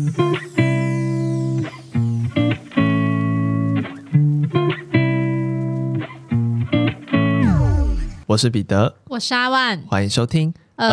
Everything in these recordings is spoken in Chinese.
我是彼得， 我是阿万， 欢迎收听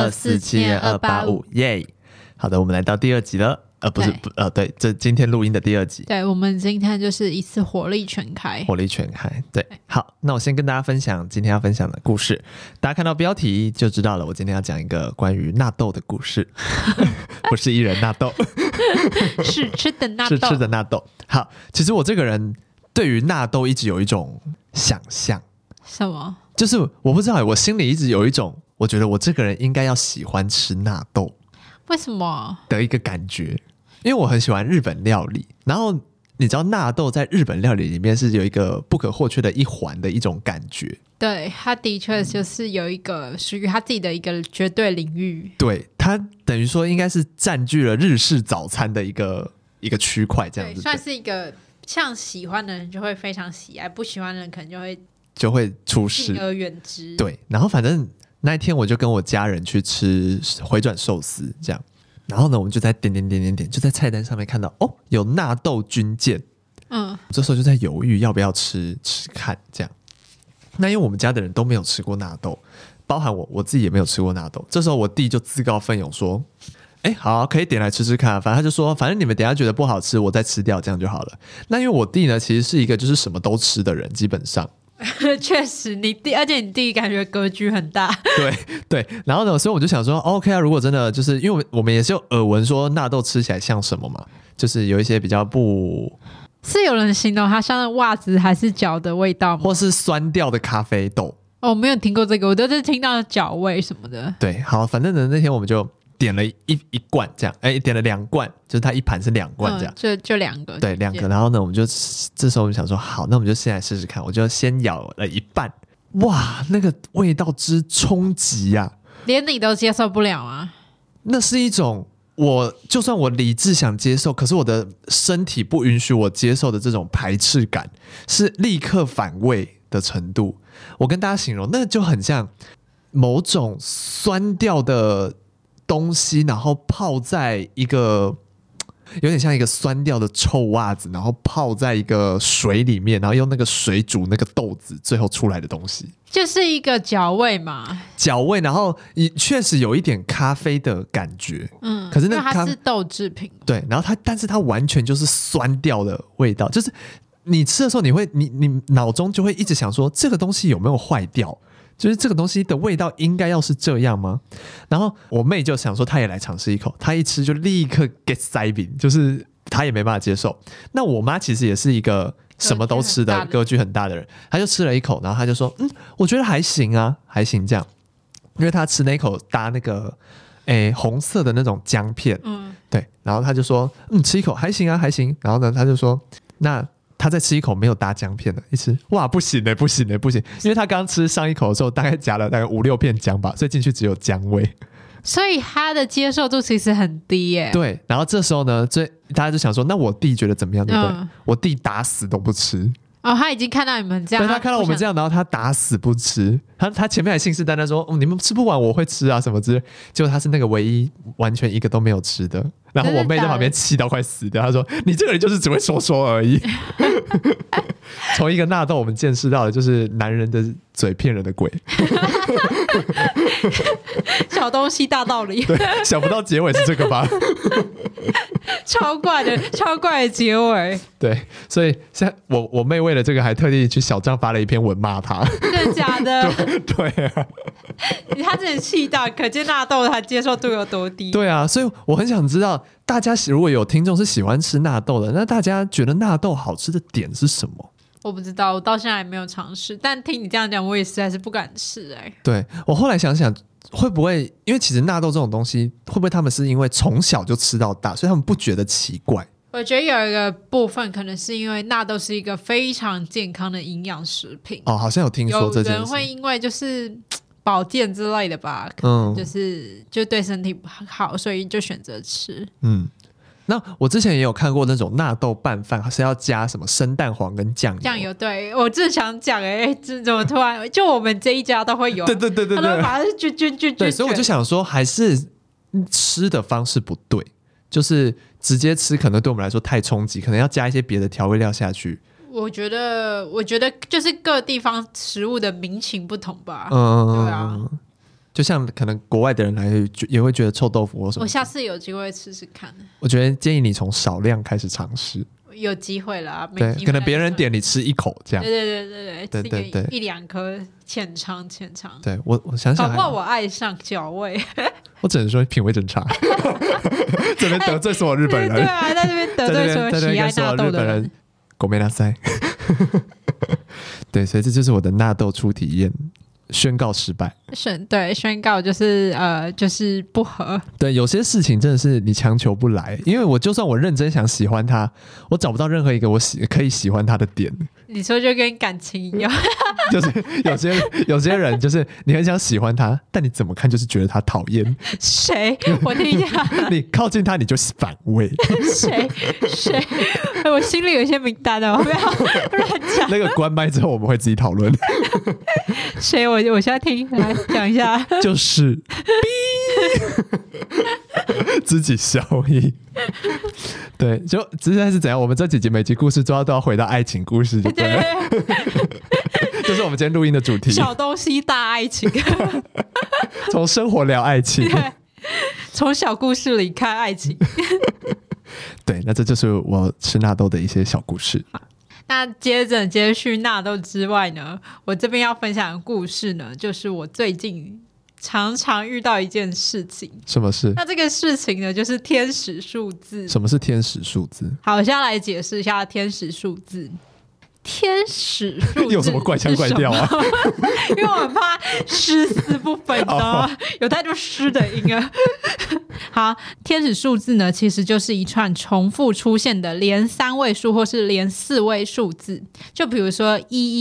247-285耶！好的，我们来到第二集了，对，这今天录音的第二集。 对，我们今天就是一次火力全开， 对。好，那我先跟大家分享今天要分享的故事。大家看到标题就知道了，我今天要讲一个关于纳豆的故事，不是薏仁纳豆， 是吃的纳豆， 是吃的纳豆。好，其实我这个人对于纳豆一直有一种想象， 什么？ 就是我不知道，我心里一直有一种，我觉得我这个人应该要喜欢吃纳豆， 为什么的一个感觉？因为我很喜欢日本料理，然后你知道纳豆在日本料理里面是有一个不可或缺的一环的一种感觉。 对，他的确就是有一个属于他自己的一个绝对领域。 对，他等于说应该是占据了日式早餐的一个区块，这样子。 对，算是一个像喜欢的人就会非常喜爱，不喜欢的人可能就会出事， 敬而远之。 对，然后反正那一天我就跟我家人去吃回转寿司，这样。然后呢，我们就在点，就在菜单上面看到有纳豆军舰，这时候就在犹豫要不要吃看这样。那因为我们家的人都没有吃过纳豆，包含我自己也没有吃过纳豆。这时候我弟就自告奋勇说：“好，可以点来吃吃看。”反正他就说：“反正你们等一下觉得不好吃，我再吃掉，这样就好了。”那因为我弟呢，其实是一个就是什么都吃的人，基本上。 确实，而且你弟感觉格局很大。 对，然后呢，所以我就想说 ，OK 啊，如果真的就是因为我们也是有耳闻说纳豆吃起来像什么嘛，就是有一些比较不， 是有人形容它像袜子还是脚的味道吗？ 或是酸掉的咖啡豆。 我没有听过这个，我都是听到脚味什么的。 对，好，反正呢那天我们就点了一罐这样，点了2罐，就是它一盘是2罐这样， 就2个， 对，2个。然后呢，我们就这时候我们想说，好，那我们就现在试试看，我就先咬了一半，哇，那个味道之冲击啊， 连你都接受不了啊！ 那是一种就算我理智想接受，可是我的身体不允许我接受的这种排斥感，是立刻反胃的程度。我跟大家形容，那就很像某种酸掉的东西，然后泡在一个有点像一个酸掉的臭袜子，然后泡在一个水里面，然后用那个水煮那个豆子，最后出来的东西， 就是一个脚味嘛。 脚味，然后确实有一点咖啡的感觉，可是那个它是豆制品， 对，然后但是它完全就是酸掉的味道，就是你吃的时候，你脑中就会一直想说，这个东西有没有坏掉？就是这个东西的味道应该要是这样吗？然后我妹就想说，她也来尝试一口，她一吃就立刻 get 塞饼，就是她也没办法接受。那我妈其实也是一个什么都吃的格局很大的人，她就吃了一口，然后她就说：“我觉得还行啊，还行这样。”因为她吃那一口搭那个红色的那种姜片，对，然后她就说：“吃一口还行啊，还行。”然后呢，她就说：“那。”他再吃一口没有搭姜片的，一吃哇不行，因为他刚吃上一口的时候大概夹了大概5-6片姜吧，所以进去只有姜味， 所以他的接受度其实很低耶。 对，然后这时候呢，大家就想说，那我弟觉得怎么样，对不对？我弟打死都不吃。 他已经看到你们这样， 对，他看到我们这样，然后他打死不吃。他前面还信誓旦旦说：“你们吃不完我会吃啊什么之类。”结果他是那个唯一完全一个都没有吃的。然后我妹在旁边气到快死掉，她说：“你这个人就是只会说说而已。”从一个纳豆，我们见识到的就是男人的嘴骗人的鬼。 小东西大道理， 对，想不到结尾是这个吧？ 超怪的结尾。 对，所以现在我妹为了这个还特地去小账发了一篇文骂他。 真的假的？ 对啊， 他真的气到，可见纳豆他接受度有多低。 对啊，所以我很想知道，大家如果有听众是喜欢吃纳豆的，那大家觉得纳豆好吃的点是什么？ 我不知道，我到现在还没有尝试，但听你这样讲，我也实在是不敢吃。 对，我后来想想，会不会因为其实纳豆这种东西，会不会他们是因为从小就吃到大，所以他们不觉得奇怪？ 我觉得有一个部分可能是因为纳豆是一个非常健康的营养食品。 好像有听说这件事。 有人会因为就是保健之类的吧，就对身体好，所以就选择吃。 那我之前也有看过那种纳豆拌饭，是要加什么生蛋黄跟酱油。 酱油，对，我正想讲这怎么突然就我们这一家都会有。 对，他都把它卷。 对，所以我就想说，还是吃的方式不对。 就是直接吃可能对我们来说太冲击，可能要加一些别的调味料下去。 我觉得就是各地方食物的民情不同吧。对啊， 就像可能国外的人来也会觉得臭豆腐或什么。 我下次有机会吃吃看。我觉得建议你从少量开始尝试。 有机会啦， 对，可能别人点你吃一口这样。 对，一两颗浅尝。 对，我想想， 搞不好我爱上脚味。 我只能说品味真差。这边得罪所有日本人。对啊，在这边得罪所有喜爱纳豆的人。 ごめんなさい。对，所以这就是我的纳豆初体验。宣告失败， 对，宣告就是不合。 对，有些事情真的是你强求不来，因为我就算我认真想喜欢他，我找不到任何一个我可以喜欢他的点。 你说就跟感情一样， 就是有些人就是你很想喜欢他，但你怎么看就是觉得他讨厌。 谁？我听一下。 你靠近他你就是反胃。 谁？我心里有一些名单哦，不要乱讲。 那个关麦之后我们会自己讨论。 谁？我现在听，来讲一下。 就是自己消音。对，就实在是怎样，我们这几集每集故事都要回到爱情故事就对了。就是我们今天录音的主题， 小东西大爱情。 从生活聊爱情， 从小故事里看爱情。 对，那这就是我吃纳豆的一些小故事。 那接续纳豆之外呢，我这边要分享的故事呢，就是我最近常常遇到一件事情。 什么事？ 那这个事情呢，就是天使数字。 什么是天使数字？ 好，我现在来解释一下天使数字。天使数字有什么怪腔怪调啊？ 因为我很怕诗词不分，你知道吗？有太多诗的音了。好，天使数字呢，其实就是一串重复出现的连3位数或是连4位数字，就比如说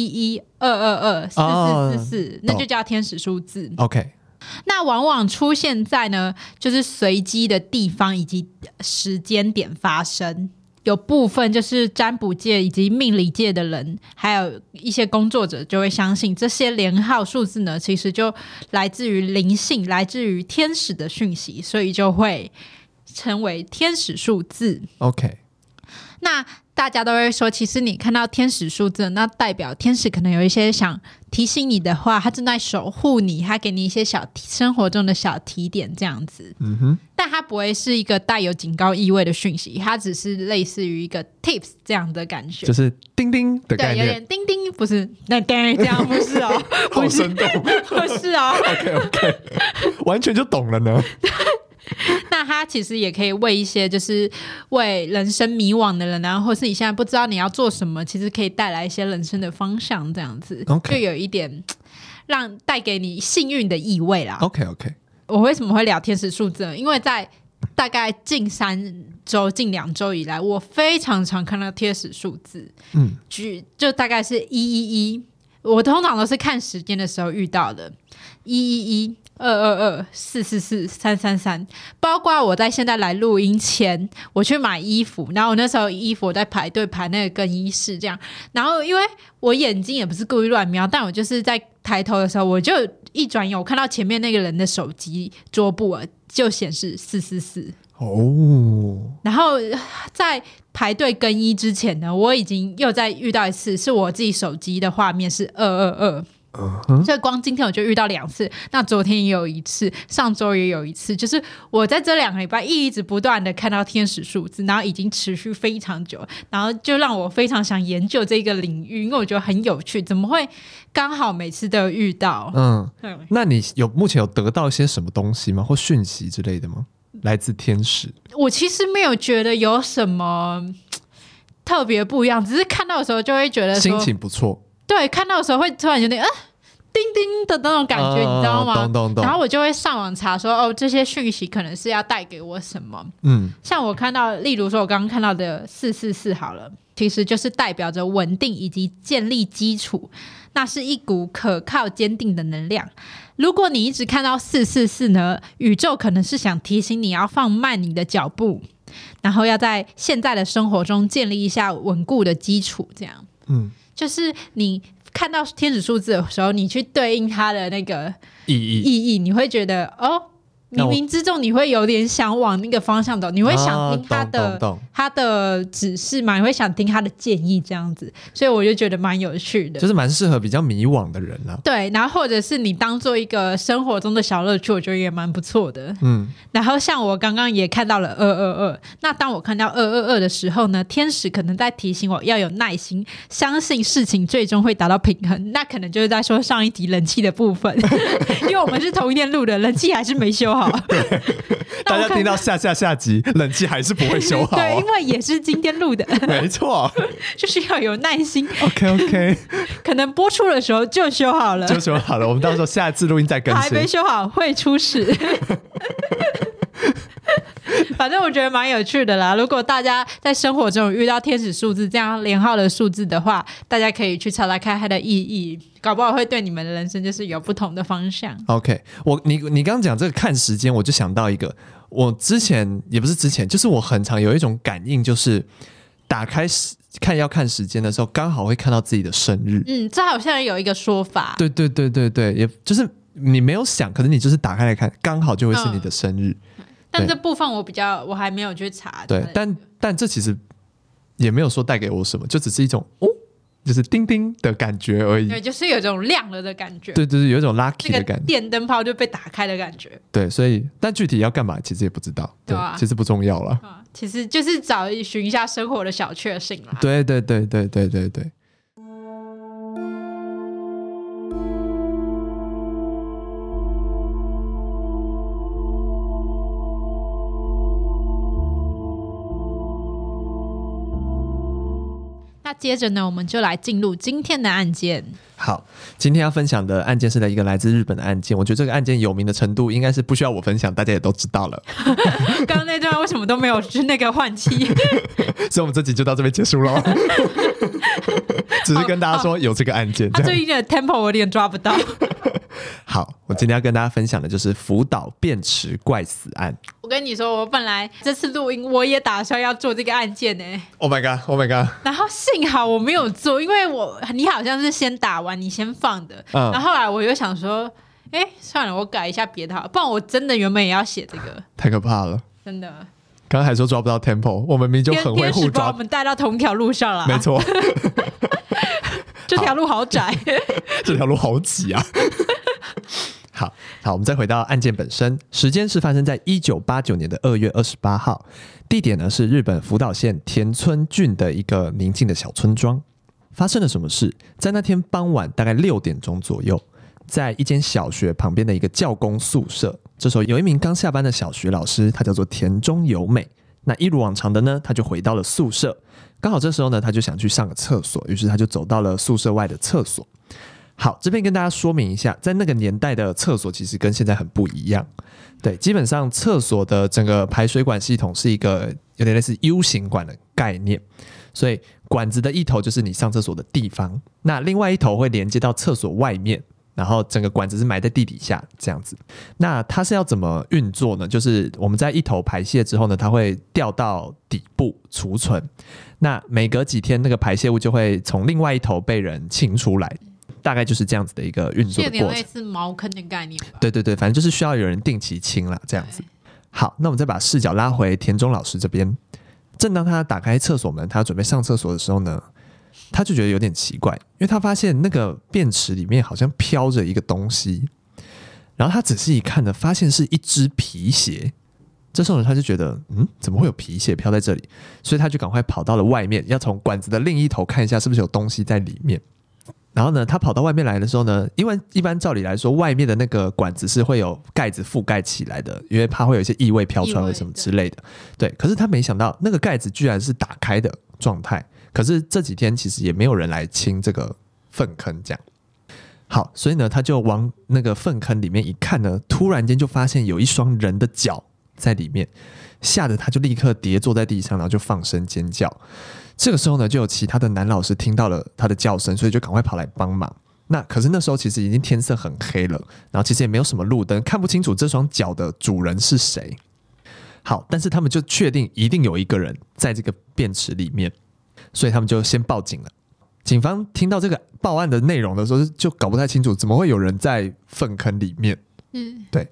111、222、4444，那就叫天使数字。 OK。 那往往出现在呢，就是随机的地方以及时间点发生。有部分就是占卜界以及命理界的人，还有一些工作者就会相信这些连号数字呢，其实就来自于灵性，来自于天使的讯息，所以就会称为天使数字。 OK。 那大家都会说，其实你看到天使数字，那代表天使可能有一些想提醒你的话，他正在守护你，他给你一些生活中的小提点这样子。但它不会是一个带有警告意味的讯息，它只是类似于一个 tips 这样的感觉， 就是叮叮的概念。 对，有点叮叮，不是那这样，不是哦。 好生动。 不是哦。 OK， 完全就懂了呢。 那它其实也可以为一些就是为人生迷惘的人啊，或是你现在不知道你要做什么，其实可以带来一些人生的方向这样子。就有一点带给你幸运的意味啦。 OK。 我为什么会聊天使数字呢？因为在大概近3周近2周以来，我非常常看到天使数字。就大概是111，我通常都是看时间的时候遇到的。111、222、444、333，包括我在现在来录音前，我去买衣服，然后我那时候衣服我在排队排那个更衣室这样，然后因为我眼睛也不是故意乱瞄，但我就是在抬头的时候，我就一转眼我看到前面那个人的手机桌布就显示444。然后在排队更衣之前呢，我已经又再遇到一次，是我自己手机的画面是222。所以光今天我就遇到2次，那昨天也有一次，上周也有一次，就是我在这2个礼拜一直不断的看到天使数字，然后已经持续非常久，然后就让我非常想研究这个领域，因为我觉得很有趣，怎么会刚好每次都有遇到。 那你目前有得到一些什么东西吗？或讯息之类的吗？来自天使？我其实没有觉得有什么特别不一样，只是看到的时候就会觉得说心情不错。 对，看到的时候会突然有点叮叮的那种感觉，你知道吗？ 懂。 然后我就会上网查说，这些讯息可能是要带给我什么。像我看到，例如说我刚刚看到的444好了，其实就是代表着稳定以及建立基础，那是一股可靠坚定的能量。如果你一直看到444呢，宇宙可能是想提醒你要放慢你的脚步，然后要在现在的生活中建立一下稳固的基础，这样。就是你看到天使数字的时候，你去对应它的那个意义，你会觉得冥冥之中你会有点想往那个方向走，你会想听他的指示嘛，你会想听他的建议这样子，所以我就觉得蛮有趣的， 就是蛮适合比较迷惘的人啊。 对，然后或者是你当做一个生活中的小乐趣，我觉得也蛮不错的。然后像我刚刚也看到了222，那当我看到222的时候呢，天使可能在提醒我要有耐心，相信事情最终会达到平衡。那可能就是在说上一集冷气的部分，因为我们是同一天录的，冷气还是没修好。 大家听到下集冷气还是不会修好。 对，因为也是今天录的。 没错， 就是要有耐心。 OK， 可能播出的时候就修好了， 我们到时候下次录音再更新。 还没修好会出事。反正我觉得蛮有趣的啦，如果大家在生活中遇到天使数字这样连号的数字的话，大家可以去查查看它的意义，搞不好会对你们的人生就是有不同的方向。 OK， 你刚刚讲这个看时间，我就想到一个，我之前也不是之前，就是我很常有一种感应，就是打开要看时间的时候刚好会看到自己的生日。 这好像有一个说法。 对，也就是你没有想，可是你就是打开来看刚好就会是你的生日。 但这部分我还没有去查。 对，但这其实也没有说带给我什么，就只是一种就是叮叮的感觉而已。 对，就是有一种亮了的感觉。 对，有一种 lucky 的感觉， 电灯泡就被打开的感觉。 对，所以但具体要干嘛其实也不知道。对，其实不重要了。 其实就是找寻一下生活的小确幸啦。 对。 那接着呢，我们就来进入今天的案件。 好，今天要分享的案件是一个来自日本的案件。我觉得这个案件有名的程度应该是不需要我分享，大家也都知道了。 刚刚那段为什么都没有是那个换气？ 所以我们这集就到这边结束了。只是跟大家说有这个案件。 最近的 tempo 我有点抓不到。 好，我今天要跟大家分享的就是福岛便池怪死案。 我跟你说，我本来这次录音我也打算要做这个案件呢。 Oh my god！ 然后幸好我没有做，因为你好像是先打完你先放的。然后后来我又想说，算了，我改一下别的好了，不然我真的原本也要写这个。 太可怕了， 真的。 刚刚还说抓不到 tempo， 我们明明就很会互抓， 把我们带到同条路上了。 没错。 这条路好窄。 这条路好挤啊。好，我们再回到案件本身，时间是发生在1989年的2月28号，地点呢是日本福岛县田村郡的一个宁静的小村庄。发生了什么事？在那天傍晚大概6点钟左右，在一间小学旁边的一个教工宿舍，这时候有一名刚下班的小学老师，他叫做田中由美。那一如往常的呢，他就回到了宿舍，刚好这时候呢，他就想去上个厕所，于是他就走到了宿舍外的厕所。好，这边跟大家说明一下，在那个年代的厕所其实跟现在很不一样。对，基本上厕所的整个排水管系统是一个有点类似 U 型管的概念，所以管子的一头就是你上厕所的地方，那另外一头会连接到厕所外面，然后整个管子是埋在地底下这样子。那它是要怎么运作呢？就是我们在一头排泄之后呢，它会掉到底部储存，那每隔几天那个排泄物就会从另外一头被人清出来，大概就是这样子的一个运作的过程，有点类似茅坑的概念吧。 对，反正就是需要有人定期清啦，这样子。好，那我们再把视角拉回田中老师这边。正当他打开厕所门，他准备上厕所的时候呢，他就觉得有点奇怪，因为他发现那个便池里面好像飘着一个东西，然后他仔细一看呢，发现是一只皮鞋。这时候呢，他就觉得怎么会有皮鞋飘在这里？所以他就赶快跑到了外面，要从管子的另一头看一下是不是有东西在里面。然后呢，他跑到外面来的时候呢，因为一般照理来说，外面的那个管子是会有盖子覆盖起来的，因为怕会有一些异味飘出来或什么之类的。对，可是他没想到那个盖子居然是打开的状态。可是这几天其实也没有人来清这个粪坑，这样。好，所以呢，他就往那个粪坑里面一看呢，突然间就发现有一双人的脚在里面，吓得他就立刻跌坐在地上，然后就放声尖叫。这个时候呢，就有其他的男老师听到了他的叫声，所以就赶快跑来帮忙。那可是那时候其实已经天色很黑了，然后其实也没有什么路灯，看不清楚这双脚的主人是谁。好，但是他们就确定一定有一个人在这个便池里面，所以他们就先报警了。警方听到这个报案的内容的时候，就搞不太清楚怎么会有人在粪坑里面。对。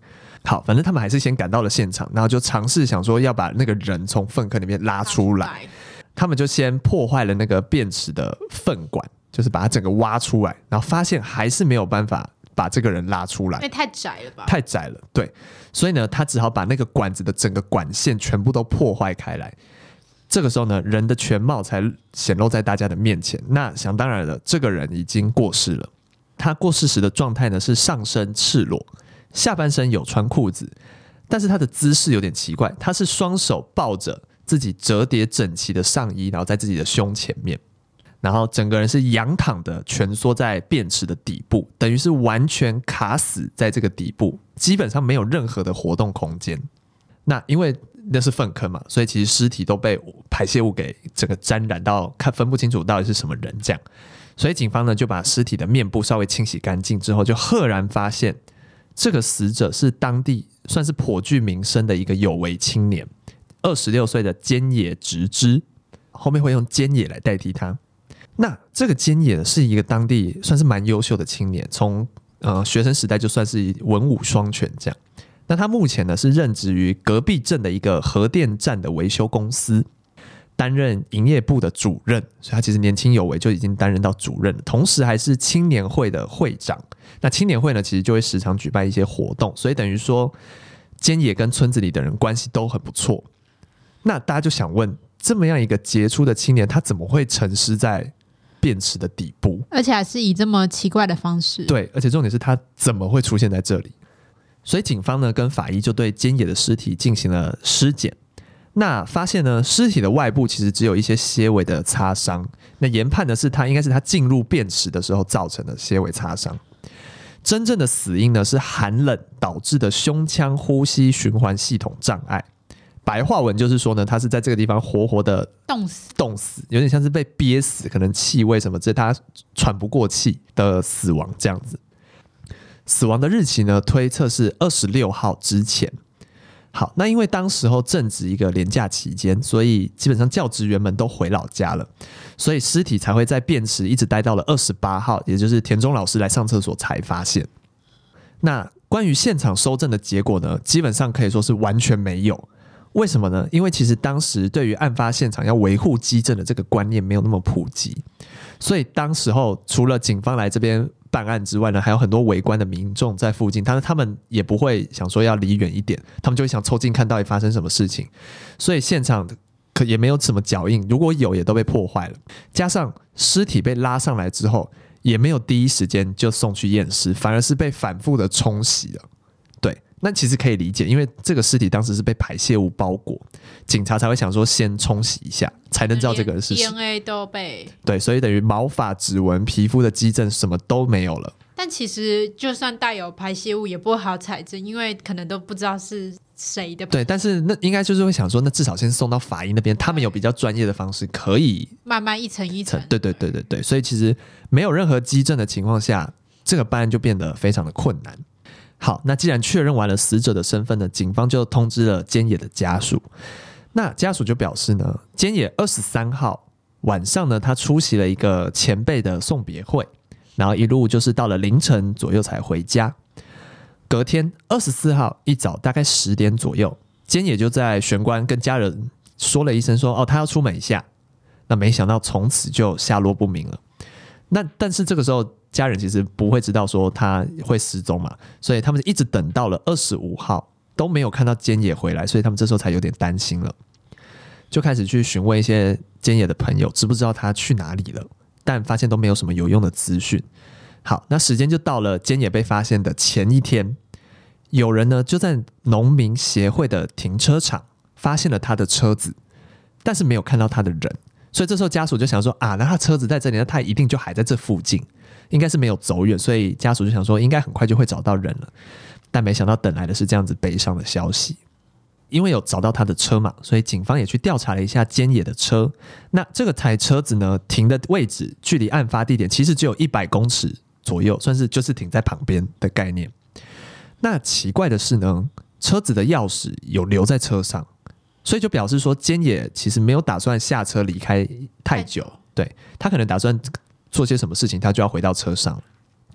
好，反正他们还是先赶到了现场，然后就尝试想说要把那个人从粪坑里面拉出来。他们就先破坏了那个便池的粪管，就是把它整个挖出来，然后发现还是没有办法把这个人拉出来， 因为太窄了吧？ 太窄了，对，所以呢，他只好把那个管子的整个管线全部都破坏开来。这个时候呢，人的全貌才显露在大家的面前。那想当然了，这个人已经过世了。他过世时的状态呢是上身赤裸，下半身有穿裤子，但是他的姿势有点奇怪，他是双手抱着自己折叠整齐的上衣，然后在自己的胸前面，然后整个人是仰躺的蜷缩在便池的底部，等于是完全卡死在这个底部，基本上没有任何的活动空间。那因为那是粪坑嘛，所以其实尸体都被排泄物给整个沾染到，看分不清楚到底是什么人这样。所以警方呢就把尸体的面部稍微清洗干净之后，就赫然发现这个死者是当地算是颇具名声的一个有为青年，26岁的菅野直之，后面会用菅野来代替他。那这个菅野是一个当地算是蛮优秀的青年，从学生时代就算是文武双全这样。那他目前呢是任职于隔壁镇的一个核电站的维修公司，担任营业部的主任，所以他其实年轻有为就已经担任到主任了，同时还是青年会的会长。那青年会呢其实就会时常举办一些活动，所以等于说菅野跟村子里的人关系都很不错。那大家就想问，这么样一个杰出的青年，他怎么会沉尸在便池的底部， 而且还是以这么奇怪的方式？ 对，而且重点是他怎么会出现在这里？所以警方呢跟法医就对菅野的尸体进行了尸检，那发现呢尸体的外部其实只有一些些微的擦伤，那研判的是他应该是他进入便池的时候造成的些微擦伤。真正的死因呢是寒冷导致的胸腔呼吸循环系统障碍，白话文就是说呢，他是在这个地方活活的冻死，有点像是被憋死，可能气味什么之类，他喘不过气的死亡这样子。死亡的日期呢，推测是26号之前。好，那因为当时候正值一个连假期间，所以基本上教职员们都回老家了，所以尸体才会在便池一直待到了28号，也就是田中老师来上厕所才发现。那关于现场搜证的结果呢，基本上可以说是完全没有。为什么呢？因为其实当时对于案发现场要维护基证的这个观念没有那么普及，所以当时候除了警方来这边办案之外呢，还有很多围观的民众在附近，但是他们也不会想说要离远一点，他们就会想凑近看到底发生什么事情，所以现场可也没有什么脚印，如果有也都被破坏了。加上尸体被拉上来之后，也没有第一时间就送去验尸，反而是被反复的冲洗了。对，那其实可以理解，因为这个尸体当时是被排泄物包裹，警察才会想说先冲洗一下，才能知道这个人是谁。 DNA 都被对，所以等于毛发、指纹、皮肤的基证什么都没有了。 但其实就算带有排泄物也不会好采证，因为可能都不知道是谁的。 对，但是那应该就是会想说，那至少先送到法医那边，他们有比较专业的方式，可以慢慢一层一层。 对，所以其实没有任何基证的情况下，这个办案就变得非常的困难。好，那既然确认完了死者的身份呢，警方就通知了菅野的家属。那家属就表示呢，菅野23号晚上呢，他出席了一个前辈的送别会，然后一路就是到了凌晨左右才回家。隔天24号一早大概10点左右，菅野就在玄关跟家人说了一声说，他要出门一下。那没想到从此就下落不明了。那但是这个时候家人其实不会知道说他会失踪嘛，所以他们一直等到了25号都没有看到菅野回来，所以他们这时候才有点担心了，就开始去询问一些菅野的朋友知不知道他去哪里了，但发现都没有什么有用的资讯。好，那时间就到了菅野被发现的前一天，有人呢就在农民协会的停车场发现了他的车子，但是没有看到他的人，所以这时候家属就想说那他车子在这里，那他一定就还在这附近，应该是没有走远，所以家属就想说应该很快就会找到人了。但没想到等来的是这样子悲伤的消息。因为有找到他的车嘛，所以警方也去调查了一下菅野的车。那这个台车子呢，停的位置距离案发地点其实只有100公尺左右，算是就是停在旁边的概念。那奇怪的是呢，车子的钥匙有留在车上，所以就表示说菅野其实没有打算下车离开太久，对，他可能打算做些什么事情，他就要回到车上。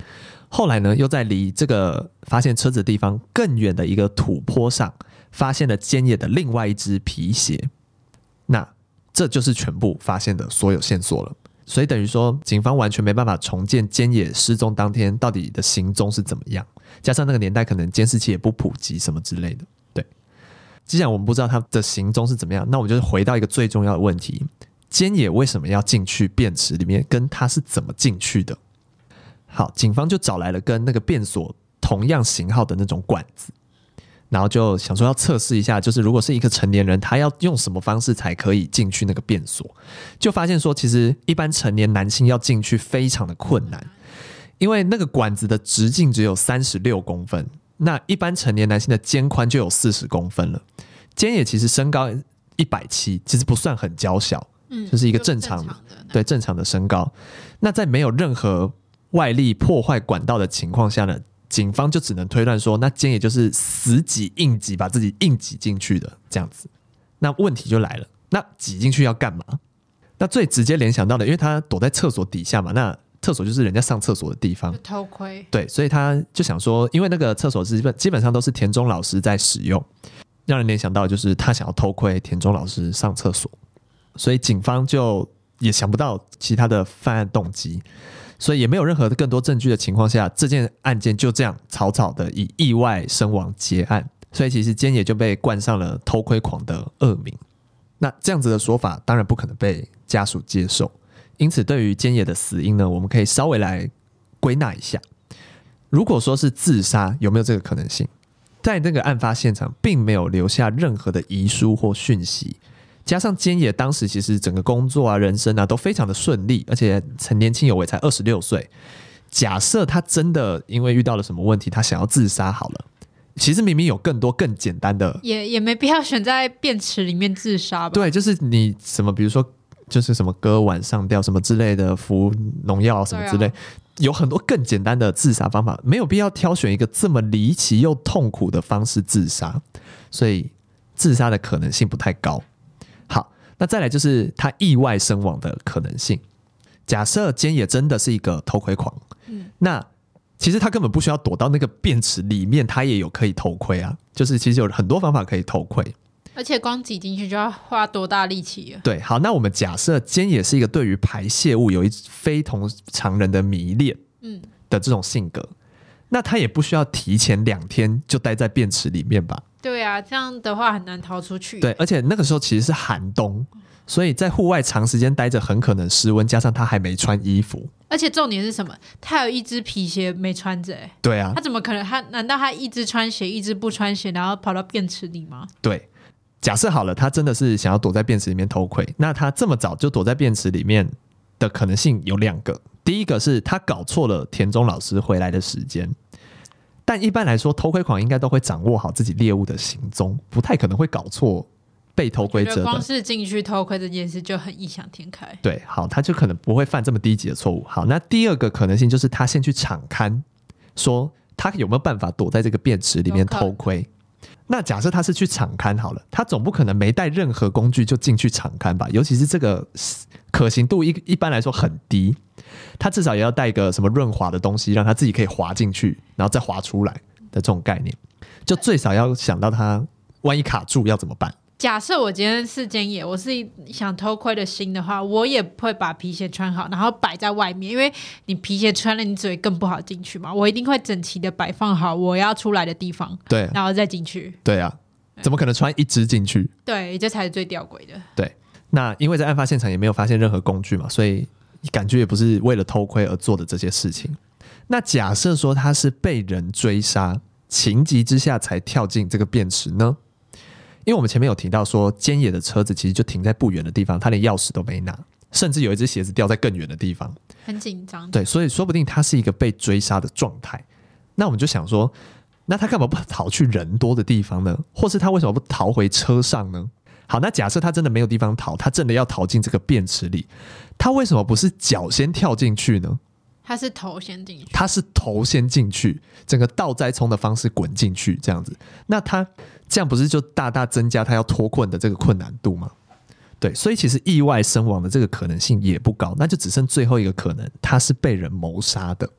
后来呢，又在离这个发现车子的地方更远的一个土坡上，发现了菅野的另外一只皮鞋。那这就是全部发现的所有线索了。所以等于说，警方完全没办法重建菅野失踪当天到底的行踪是怎么样。加上那个年代可能监视器也不普及什么之类的。对，既然我们不知道他的行踪是怎么样，那我们就回到一个最重要的问题：菅野为什么要进去便池里面？跟他是怎么进去的？好，警方就找来了跟那个便所同样型号的那种管子，然后就想说要测试一下，就是如果是一个成年人，他要用什么方式才可以进去那个便所？就发现说，其实一般成年男性要进去非常的困难，因为那个管子的直径只有36公分，那一般成年男性的肩宽就有40公分了。菅野其实身高170，其实不算很娇小，就是一个正常的，对，正常的身高。那在没有任何外力破坏管道的情况下呢，警方就只能推断说，那菅野就是死挤硬挤，把自己硬挤进去的这样子。那问题就来了，那挤进去要干嘛？那最直接联想到的，因为他躲在厕所底下嘛，那厕所就是人家上厕所的地方， 就偷窥。 对，所以他就想说，因为那个厕所基本上都是田中老师在使用，让人联想到就是他想要偷窥田中老师上厕所，所以警方就也想不到其他的犯案动机。所以也没有任何的更多证据的情况下，这件案件就这样草草的以意外身亡结案。所以其实菅野就被冠上了偷窥狂的恶名。那这样子的说法当然不可能被家属接受，因此对于菅野的死因呢，我们可以稍微来归纳一下。如果说是自杀，有没有这个可能性？在那个案发现场并没有留下任何的遗书或讯息，加上菅野当时其实整个工作啊、人生啊都非常的顺利，而且很年轻有为，才26岁。假设他真的因为遇到了什么问题，他想要自杀好了，其实明明有更多更简单的， 也没必要选在便池里面自杀吧？ 对，就是你什么，比如说就是什么割腕上吊什么之类的，服农药什么之类，有很多更简单的自杀方法，没有必要挑选一个这么离奇又痛苦的方式自杀，所以自杀的可能性不太高。好，那再来就是他意外身亡的可能性。假设菅野真的是一个偷窥狂，那其实他根本不需要躲到那个便池里面，他也有可以偷窥啊。就是其实有很多方法可以偷窥， 而且光挤进去就要花多大力气啊？ 对，好，那我们假设菅野是一个对于排泄物有一非同常人的迷恋的这种性格，那他也不需要提前2天就待在便池里面吧？ 对啊，这样的话很难逃出去。 对，而且那个时候其实是寒冬，所以在户外长时间待着很可能失温，加上他还没穿衣服。 而且重点是什么？他有一只皮鞋没穿着对啊， 他怎么可能？难道他一只穿鞋一只不穿鞋，然后跑到便池里吗？ 对，假设好了，他真的是想要躲在便池里面偷窥，那他这么早就躲在便池里面的可能性有2个。第一个是他搞错了田中老师回来的时间，但一般来说偷窥狂应该都会掌握好自己猎物的行踪，不太可能会搞错被偷窥者的。 光是进去偷窥这件事就很异想天开。 对，好，他就可能不会犯这么低级的错误。好，那第2个可能性就是他先去场勘，说他有没有办法躲在这个便池里面偷窥。那假设他是去场勘好了，他总不可能没带任何工具就进去场勘吧？尤其是这个可行度一般来说很低，他至少也要带一个什么润滑的东西，让他自己可以滑进去，然后再滑出来的这种概念，就最少要想到他万一卡住要怎么办。 假设我今天是菅野，我是想偷窥的心的话，我也会把皮鞋穿好，然后摆在外面，因为你皮鞋穿了，你只会更不好进去嘛。我一定会整齐的摆放好我要出来的地方， 对， 然后再进去。 对啊，怎么可能穿一只进去？ 对，这才是最吊诡的。 对，那因为在案发现场也没有发现任何工具嘛，所以感觉也不是为了偷窥而做的这些事情。那假设说他是被人追杀，情急之下才跳进这个便池呢？因为我们前面有提到说菅野的车子其实就停在不远的地方，他连钥匙都没拿，甚至有一只鞋子掉在更远的地方， 很紧张。 对，所以说不定他是一个被追杀的状态。那我们就想说，那他干嘛不逃去人多的地方呢？或是他为什么不逃回车上呢？好，那假设他真的没有地方逃，他真的要逃进这个便池里，他为什么不是脚先跳进去呢？ 他是头先进去， 他是头先进去，整个倒栽葱的方式滚进去这样子，那他这样不是就大大增加他要脱困的这个困难度吗？对，所以其实意外身亡的这个可能性也不高，那就只剩最后一个可能，他是被人谋杀的。 对，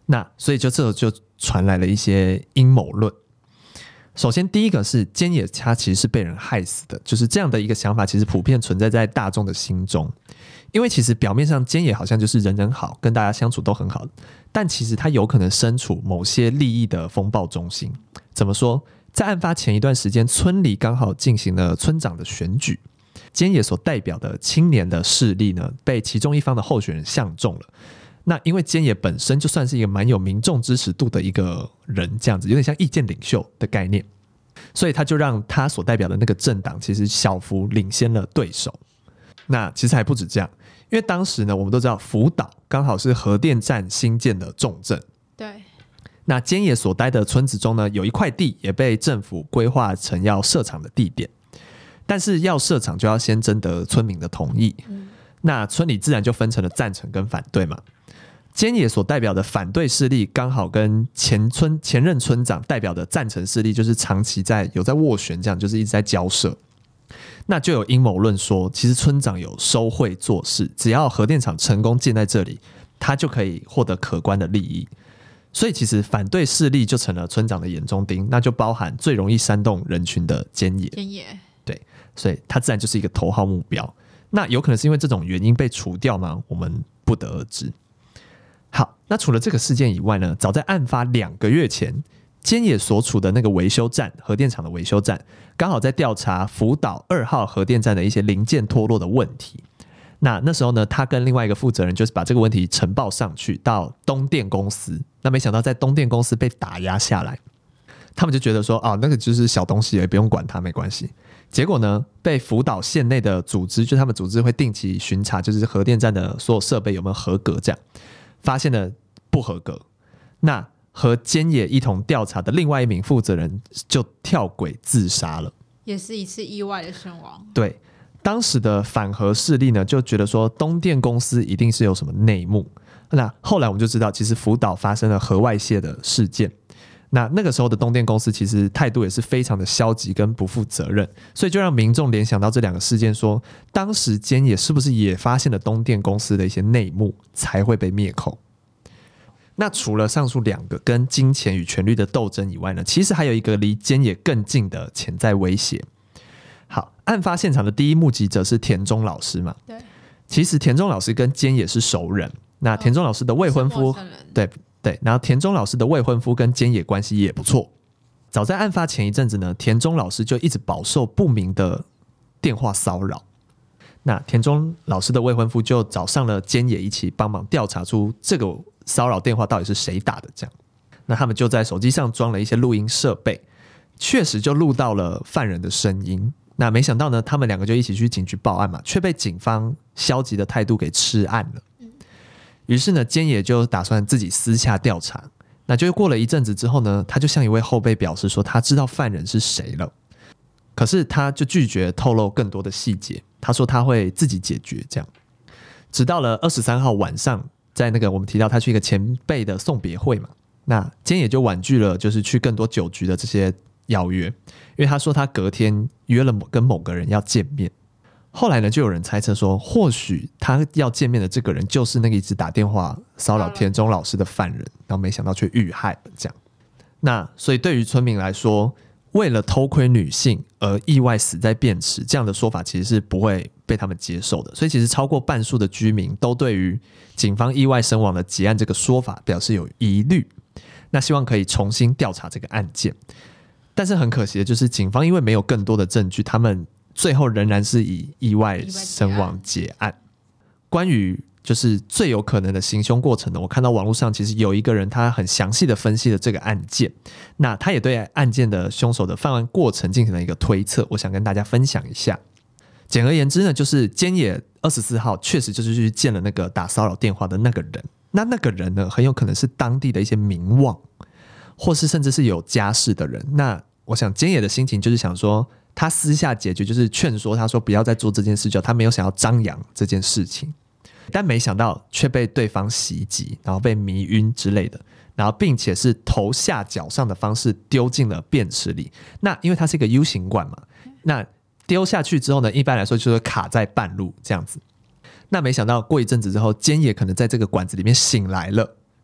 那所以这就传来了一些阴谋论。首先第一个是菅野他其实是被人害死的，就是这样的一个想法其实普遍存在在大众的心中。因为其实表面上菅野好像就是人人好，跟大家相处都很好，但其实他有可能身处某些利益的风暴中心。怎么说？在案发前一段时间，村里刚好进行了村长的选举，菅野所代表的青年的势力呢，被其中一方的候选人相中了。那因为菅野本身就算是一个蛮有民众支持度的一个人，这样子有点像意见领袖的概念，所以他就让他所代表的那个政党其实小幅领先了对手。那其实还不止这样，因为当时呢，我们都知道福岛刚好是核电站新建的重镇。 对。 那菅野所待的村子中呢，有一块地也被政府规划成要设厂的地点，但是要设厂就要先征得村民的同意。那村里自然就分成了赞成跟反对嘛。菅野所代表的反对势力刚好跟前任村长代表的赞成势力就是长期在斡旋，这样就是一直在交涉。那就有阴谋论说，其实村长有收贿做事，只要核电厂成功建在这里，他就可以获得可观的利益。所以其实反对势力就成了村长的眼中钉，那就包含最容易煽动人群的菅野。对，所以他自然就是一个头号目标。那有可能是因为这种原因被除掉吗？我们不得而知。好，那除了这个事件以外呢，早在案发2个月前，菅野所处的那个维修站，核电厂的维修站，刚好在调查福岛2号核电站的一些零件脱落的问题。那时候呢，他跟另外一个负责人就是把这个问题呈报上去到东电公司。那没想到在东电公司被打压下来，他们就觉得说，那个就是小东西，也不用管它，没关系。结果呢，被福岛县内的组织，就他们组织会定期巡查，就是核电站的所有设备有没有合格，这样发现了不合格。那和菅野一同调查的另外一名负责人就跳轨自杀了， 也是一次意外的身亡。 对。当时的反核势力呢，就觉得说东电公司一定是有什么内幕。那后来我们就知道，其实福岛发生了核外泄的事件。那个时候的东电公司其实态度也是非常的消极跟不负责任，所以就让民众联想到这2个事件说，当时菅野是不是也发现了东电公司的一些内幕，才会被灭口。那除了上述2个跟金钱与权力的斗争以外呢，其实还有一个离菅野更近的潜在威胁。好，案发现场的第一目击者是田中老师嘛？对，其实田中老师跟菅野是熟人。那田中老师的未婚夫，对，然后田中老师的未婚夫跟菅野关系也不错。早在案发前一阵子呢，田中老师就一直饱受不明的电话骚扰。那田中老师的未婚夫就找上了菅野一起帮忙调查出这个骚扰电话到底是谁打的。这样，那他们就在手机上装了一些录音设备，确实就录到了犯人的声音。那没想到呢，他们2个就一起去警局报案嘛，却被警方消极的态度给吃案了。于是呢，菅野就打算自己私下调查。那就过了一阵子之后呢，他就向一位后辈表示说，他知道犯人是谁了。可是他就拒绝透露更多的细节，他说他会自己解决。这样，直到了23号晚上，在那个我们提到他去一个前辈的送别会嘛，那菅野就婉拒了，就是去更多酒局的这些邀约，因为他说他隔天约了跟某个人要见面。后来呢，就有人猜测说，或许他要见面的这个人就是那个一直打电话骚扰田中老师的犯人，然后没想到却遇害了。这样，那所以对于村民来说，为了偷窥女性而意外死在便池，这样的说法其实是不会被他们接受的。所以其实超过半数的居民都对于警方意外身亡的结案这个说法表示有疑虑，那希望可以重新调查这个案件。但是很可惜的就是，警方因为没有更多的证据，他们最后仍然是以意外身亡结案。关于就是最有可能的行凶过程呢，我看到网络上其实有一个人他很详细的分析了这个案件，那他也对案件的凶手的犯案过程进行了一个推测，我想跟大家分享一下。简而言之呢，就是菅野24号确实就是去见了那个打骚扰电话的那个人，那个人呢很有可能是当地的一些名望，或是甚至是有家室的人。那我想菅野的心情就是想说，他私下解决，就是劝说他说不要再做这件事，就他没有想要张扬这件事情，但没想到却被对方袭击，然后被迷晕之类的，然后并且是头下脚上的方式丢进了便池里。那因为它是一个 U 型管嘛，那丢下去之后呢，一般来说就会卡在半路这样子。那没想到过一阵子之后，菅野可能在这个管子里面醒来了，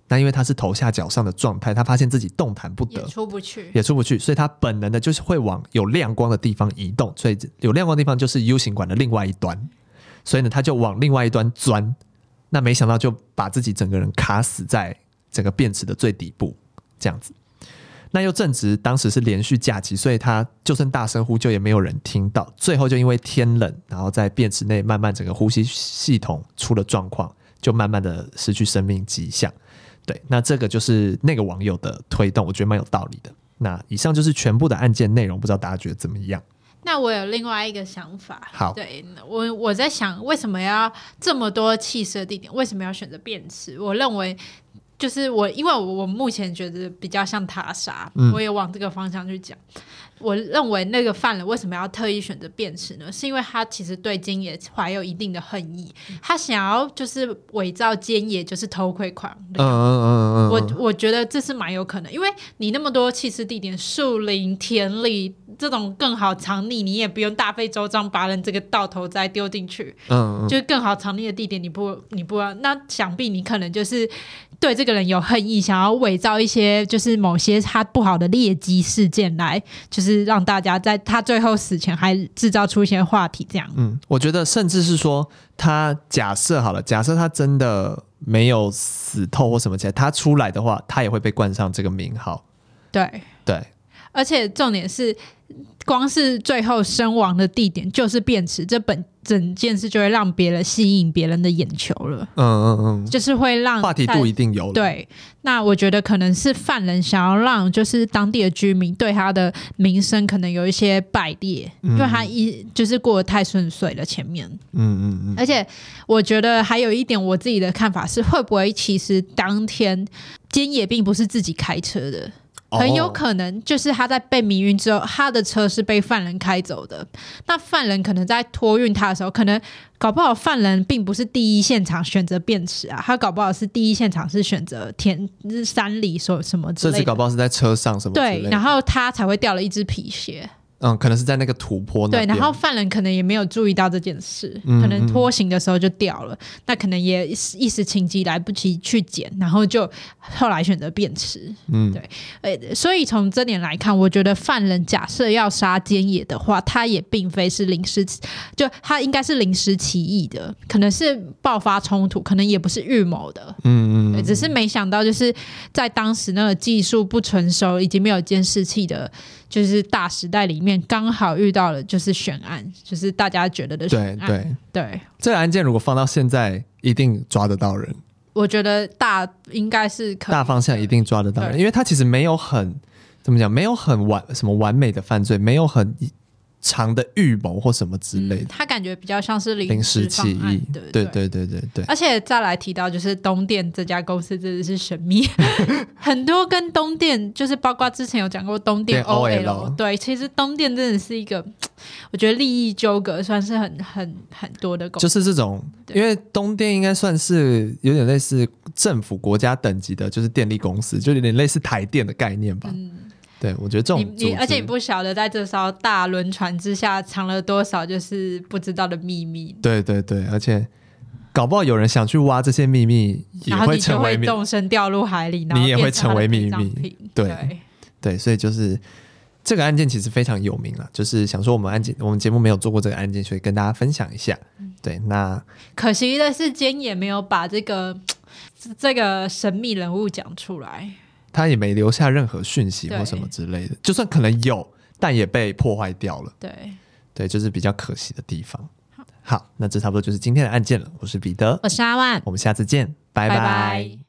那因为他是头下脚上的状态，他发现自己动弹不得， 也出不去， 所以他本能的就是会往有亮光的地方移动，所以有亮光的地方就是 U 型管的另外一端，所以呢他就往另外一端钻，那没想到就把自己整个人卡死在整个便池的最底部这样子。那又正值当时是连续假期，所以他就算大声呼救也没有人听到，最后就因为天冷，然后在便池内慢慢整个呼吸系统出了状况，就慢慢的失去生命迹象。对，那这个就是那个网友的推动，我觉得蛮有道理的。那以上就是全部的案件内容，不知道大家觉得怎么样？ 那我有另外一个想法， 好， 对，我在想为什么要这么多弃尸的地点，为什么要选择便池？我认为就是因为我目前觉得比较像他杀，我也往这个方向去讲。我认为那个犯人为什么要特意选择便池呢？是因为他其实对菅野怀有一定的恨意，他想要就是伪造菅野就是偷窥狂的。我觉得这是蛮有可能，因为你那么多弃尸地点，树林、田里这种更好藏匿，你也不用大费周章把人这个到头再丢进去，就是更好藏匿的地点，你不要，那想必你可能就是对这个人有恨意，想要伪造一些就是某些他不好的劣迹事件来，就是让大家在他最后死前还制造出一些话题这样。 我觉得甚至是说他假设他真的没有死透或什么起来，他出来的话他也会被冠上这个名号。 对，而且重点是光是最后身亡的地点就是便池，整件事就会让别人吸引别人的眼球了。就是会让话题度一定有了。 对，那我觉得可能是犯人想要让就是当地的居民对他的名声可能有一些败劣，因为他就是过得太顺遂了前面。而且我觉得还有一点我自己的看法是，会不会其实当天菅野并不是自己开车的，很有可能就是他在被迷晕之后，他的车是被犯人开走的。那犯人可能在托运他的时候，可能搞不好犯人并不是第一现场选择便池啊，他搞不好是第一现场是选择山里什么之类的， 甚至搞不好是在车上什么之类的。 对，然后他才会掉了一只皮鞋。 可能是在那个土坡那边。 对，然后犯人可能也没有注意到这件事，可能拖行的时候就掉了，那可能也一时情急来不及去捡，然后就后来选择便池。对，所以从这点来看，我觉得犯人假设要杀菅野的话，他也并非是就他应该是临时起意的，可能是爆发冲突，可能也不是预谋的。只是没想到就是在当时那个技术不成熟以及没有监视器的就是大时代里面，刚好遇到了就是悬案，就是大家觉得的悬案。对， 这个案件如果放到现在一定抓得到人， 我觉得应该是可以， 大方向一定抓得到人，因为他其实没有很怎么讲，没有很什么完美的犯罪，没有很长的预谋或什么之类的， 他感觉比较像是临时起意。对， 而且再来提到就是东电这家公司真的是神秘，很多跟东电就是包括之前有讲过东电 OL， 对，其实东电真的是一个我觉得利益纠葛算是很多的公司， 就是这种，因为东电应该算是有点类似政府国家等级的，就是电力公司，就有点类似台电的概念吧。对，我觉得这种而且你不晓得在这艘大轮船之下藏了多少就是不知道的秘密。 对，而且搞不好有人想去挖这些秘密，也会成为然后你就会纵身掉入海里，然后你也会成为秘密。对，所以就是这个案件其实非常有名了，就是想说我们节目没有做过这个案件，所以跟大家分享一下。对，那可惜的是菅野没有把这个神秘人物讲出来， 他也没留下任何讯息或什么之类的，就算可能有，但也被破坏掉了。对，就是比较可惜的地方。好，那这差不多就是今天的案件了。我是彼得， 我是阿万， 我们下次见，拜拜。